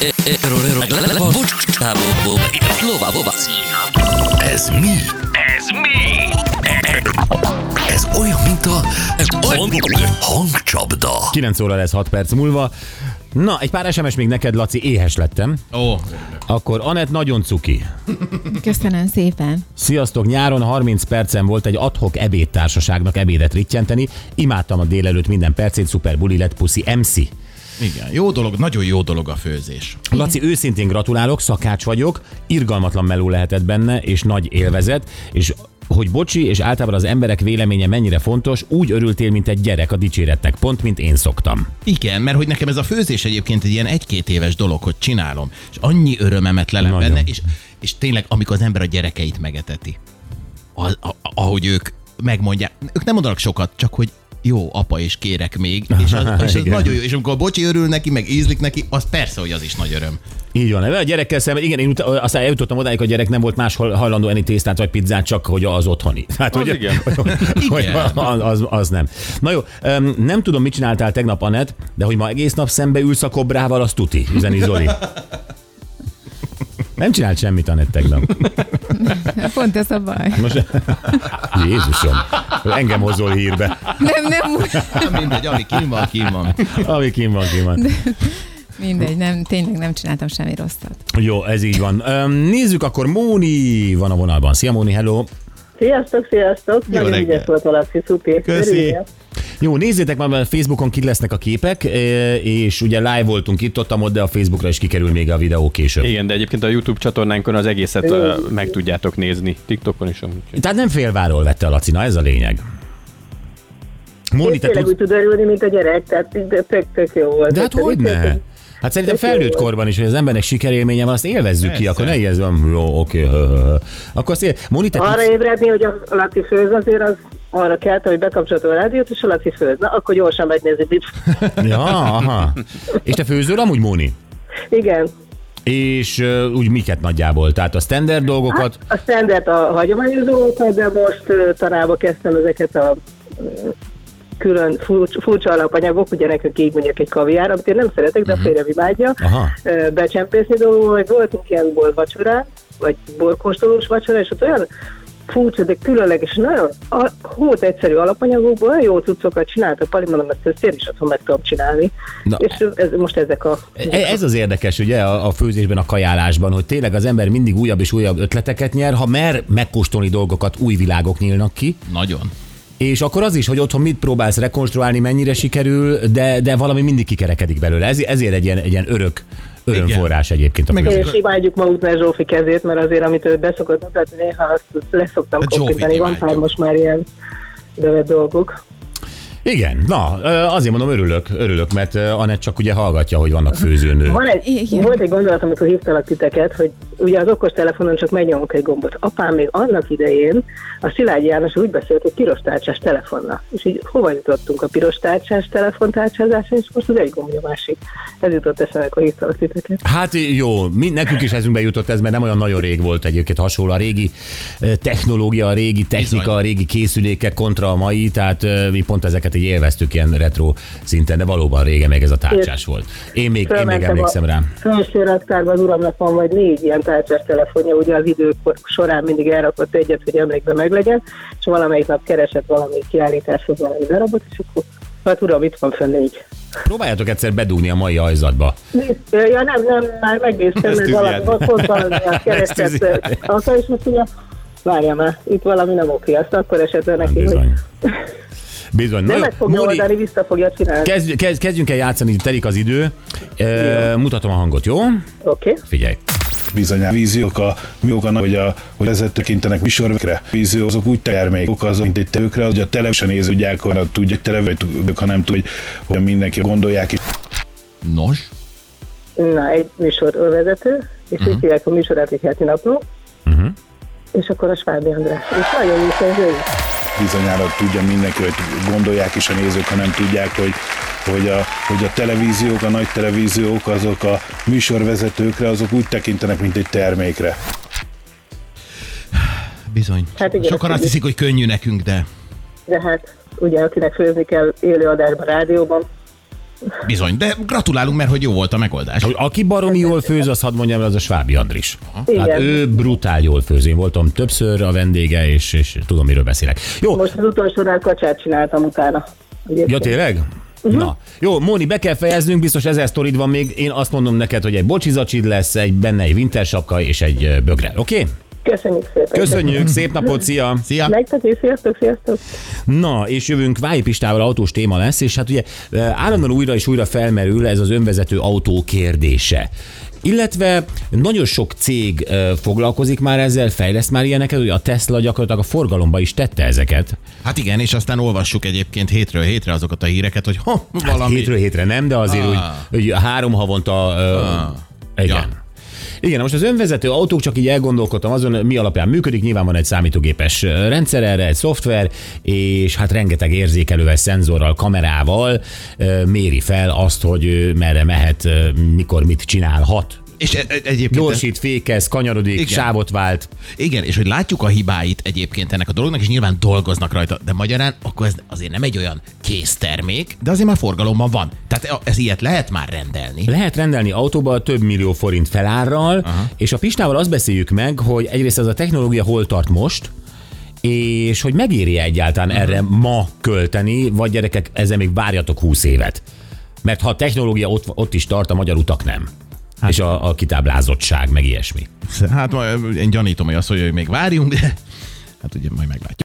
Ez mi? Ez olyan, mint a hangcsapda. 9 óra lesz 6 perc múlva. Na, egy pár SMS még neked, Laci, éhes lettem. Akkor Anett nagyon cuki. Köszönöm szépen. Sziasztok, nyáron 30 percen volt egy ad-hoc ebédtársaságnak ebédet rittyenteni. Imádtam a délelőtt minden percét, szuper buli lett, puszi MC. Igen, jó dolog, nagyon jó dolog a főzés. Laci, őszintén gratulálok, szakács vagyok, irgalmatlan meló lehetett benne, és nagy élvezet, és hogy bocsi, és általában az emberek véleménye mennyire fontos, úgy örültél, mint egy gyerek a dicséretnek, pont mint én szoktam. Igen, mert hogy nekem ez a főzés egyébként egy ilyen 1-2 éves dolog, hogy csinálom, és annyi örömemet lelem Nagyon. benne, és tényleg, amikor az ember a gyerekeit megeteti, ahogy ők megmondják, ők nem mondanak sokat, csak hogy jó, apa, és kérek még, és az nagyon jó, és amikor a bocsi örül neki, meg ízlik neki, az persze, hogy az is nagy öröm. Így van, a gyerekkel szemben, igen, én aztán eljutottam odáig, a gyerek nem volt más hajlandó enni tésztát vagy pizzát, csak hogy az otthoni. Hát, hogy, igen. Hogy az nem. Na jó, nem tudom, mit csináltál tegnap, Anett, de hogy ma egész nap szembe ülsz a kobrával, az tuti, üzeni Zoli. Nem csinált semmit, Anett, tegnap. Pont ez a baj. Most, Jézusom, engem hozol hírbe. Nem. Mindegy, ami kín van. Ami kín van. Mindegy, tényleg nem csináltam semmi rosszat. Jó, ez így van. Nézzük, akkor Móni van a vonalban. Szia, Móni, hello. Sziasztok! Nagyon reggel. ügyes volt a Laci, szupi. Köszi. Jó, nézzétek már, a Facebookon ki lesznek a képek, és ugye live voltunk itt, ott, de a Facebookra is kikerül még a videó később. Igen, de egyébként a YouTube csatornánkon az egészet meg tudjátok nézni. TikTokon is amúgy. Tehát nem félváról vette a Laci, na ez a lényeg. Móni, Én te tényleg úgy tudsz... tud örülni, mint a gyerek, tehát tök jó volt. De hát hogyne? Hát szerintem felnőtt korban is, hogy az embernek sikerélménye van, azt élvezzük ki, akkor ne ilyezz van, jó, oké. Akkor azt Móni, te Arra tudsz... ébredni, hogy a Laci főz, azért az arra kell, hogy bekapcsoltam a rádiót, és a Laci főz. Na, akkor gyorsan megnézzük itt. Ja, aha. És te főzöl amúgy, Móni? Igen. És úgy miket nagyjából? Tehát a standard dolgokat? A standard a hagyományos dolgokat, de most tanába kezdtem ezeket a külön furcsa alapanyagok, ugye nekünk így mondjuk egy kaviár, amit én nem szeretek, de a férjem imádja, becsempészni dolgok, hogy voltunk ilyen bolvacsorán, vagy borkóstolós vacsora, és ott olyan furcsa, de különleges, nagyon hót egyszerű alapanyagokból olyan jó cuccokat csináltak, Pali, mondom, ezt én is otthon meg tudom csinálni. Na, és most ezek a... Ez az érdekes, ugye, a főzésben, a kajálásban, hogy tényleg az ember mindig újabb és újabb ötleteket nyer, ha mer megkóstolni dolgokat, új világok nyílnak ki. Nagyon. És akkor az is, hogy otthon mit próbálsz mennyire sikerül, de valami mindig kikerekedik belőle. Ezért egy ilyen örömforrás egyébként a főzés. És imádjuk maguknál Zsófi kezét, mert azért, amit ő beszokott mutatni, néha azt leszoktam kopítani, van pár most már ilyen bevett dolgok. Igen, na, azért mondom, örülök, mert Anett csak ugye hallgatja, hogy vannak főzőnő. Volt egy gondolat, amikor hívtalak titeket, hogy ugye az okostelefonon csak megnyomunk egy gombot. Apám még annak idején a Szilágyi János úgy beszélt, hogy piros tárcsás telefonnal. És így hova jutottunk a piros tárcsás telefontárcsázásra, és most az egy gombnyomásig. Ez jutott eszembe, akkor hívtalak titeket. Hát jó, nekünk is eszünkbe jutott ez, mert nem olyan nagyon rég volt egyébként hasonló. A régi technológia, a régi technika, a régi készülékek kontra a mai, tehát mi pont ezeket így élveztük ilyen retro szinten, de valóban régen még ez a tárcsás volt. Én még emlékszem rá. Felső raktárban az uramnak van vagy 4 ilyen tárcsás telefonja, ugye az idők során mindig elrakott egyet, hogy emlékben meglegyen, és valamelyik nap keresett valami kiállításhoz valami darabot, és akkor hát uram, itt van fenn 4. Próbáljátok egyszer bedugni a mai ajzatba. Ja, nem, már megnéztem, mert valami ott valami keresett akar, és azt mondja, várja már, itt valami nem oké, azt akkor esetben neki, Bizony. Nem meg fogja oldani, vissza fogja csinálni. Kezdjünk el játszani, telik az idő. Mutatom a hangot, jó? Oké. Figyelj. Bizony, a víziók, hogy vezetők intenek műsorokra. Vízió azok úgy termékok, azok, mint egy tevőkre, hogy a televízió néző tudják, hogy tudják televíziók, ha nem tudják, hogy mindenki gondolják is. Nos? Na, egy műsorvezető, és így hívják a műsorát egy heti napló, és akkor a Svábi András. És nagyon jó szerző. Bizonyára tudja mindenki, hogy gondolják is a nézők, ha nem tudják, hogy a televíziók, a nagy televíziók, azok a műsorvezetőkre, azok úgy tekintenek, mint egy termékre. Bizony. Hát igen, sokan azt hiszik, hogy könnyű nekünk, de... De hát, ugye, akinek főzni kell élőadásban, rádióban, Bizony, de gratulálunk, mert hogy jó volt a megoldás. Hogy aki baromi jól főz, azt hadd mondjam, az a Svábi Andris. Igen. Hát ő brutál jól főz. Én voltam többször a vendége, és tudom, miről beszélek. Jó, Most az utolsónál kacsát csináltam utána. ja tényleg? Na, jó, Móni, be kell fejeznünk, biztos 1000 sztorid van még. Én azt mondom neked, hogy egy bocsizacsid lesz, benne egy wintersapka és egy bögre, oké? Köszönjük szépen. Köszönjük, szép napot, szia! Szia! Nektek is, sziasztok! Na, és jövünk Vályi Pistával, autós téma lesz, és hát ugye állandóan újra és újra felmerül ez az önvezető autó kérdése. Illetve nagyon sok cég foglalkozik már ezzel, fejleszt már ilyeneket, hogy a Tesla gyakorlatilag a forgalomba is tette ezeket. Hát igen, és aztán olvassuk egyébként hétről hétre azokat a híreket, hogy valami... Hát hétről hétre nem, de azért hogy 3 havonta... Igen. Ja. Igen, most az önvezető autók, csak így elgondolkodtam azon, mi alapján működik, nyilván van egy számítógépes rendszer erre, egy szoftver, és hát rengeteg érzékelővel, szenzorral, kamerával méri fel azt, hogy merre mehet, mikor mit csinálhat. És egyébként... Gyorsít, fékez, kanyarodik, Igen. sávot vált. Igen, és hogy látjuk a hibáit egyébként ennek a dolognak, és nyilván dolgoznak rajta, de magyarán akkor ez azért nem egy olyan késztermék, de azért már forgalomban van. Tehát ez ilyet lehet már rendelni. Lehet rendelni autóba több millió forint felárral, és a Pistával azt beszéljük meg, hogy egyrészt ez a technológia hol tart most, és hogy megéri egyáltalán erre ma költeni, vagy gyerekek, ezzel még várjatok 20 évet. Mert ha a technológia ott is tart, a magyar utak nem. Hát. És a kitáblázottság, meg ilyesmi. Hát én gyanítom, hogy azt mondja, hogy még várjunk, de hát ugye majd meglátjuk.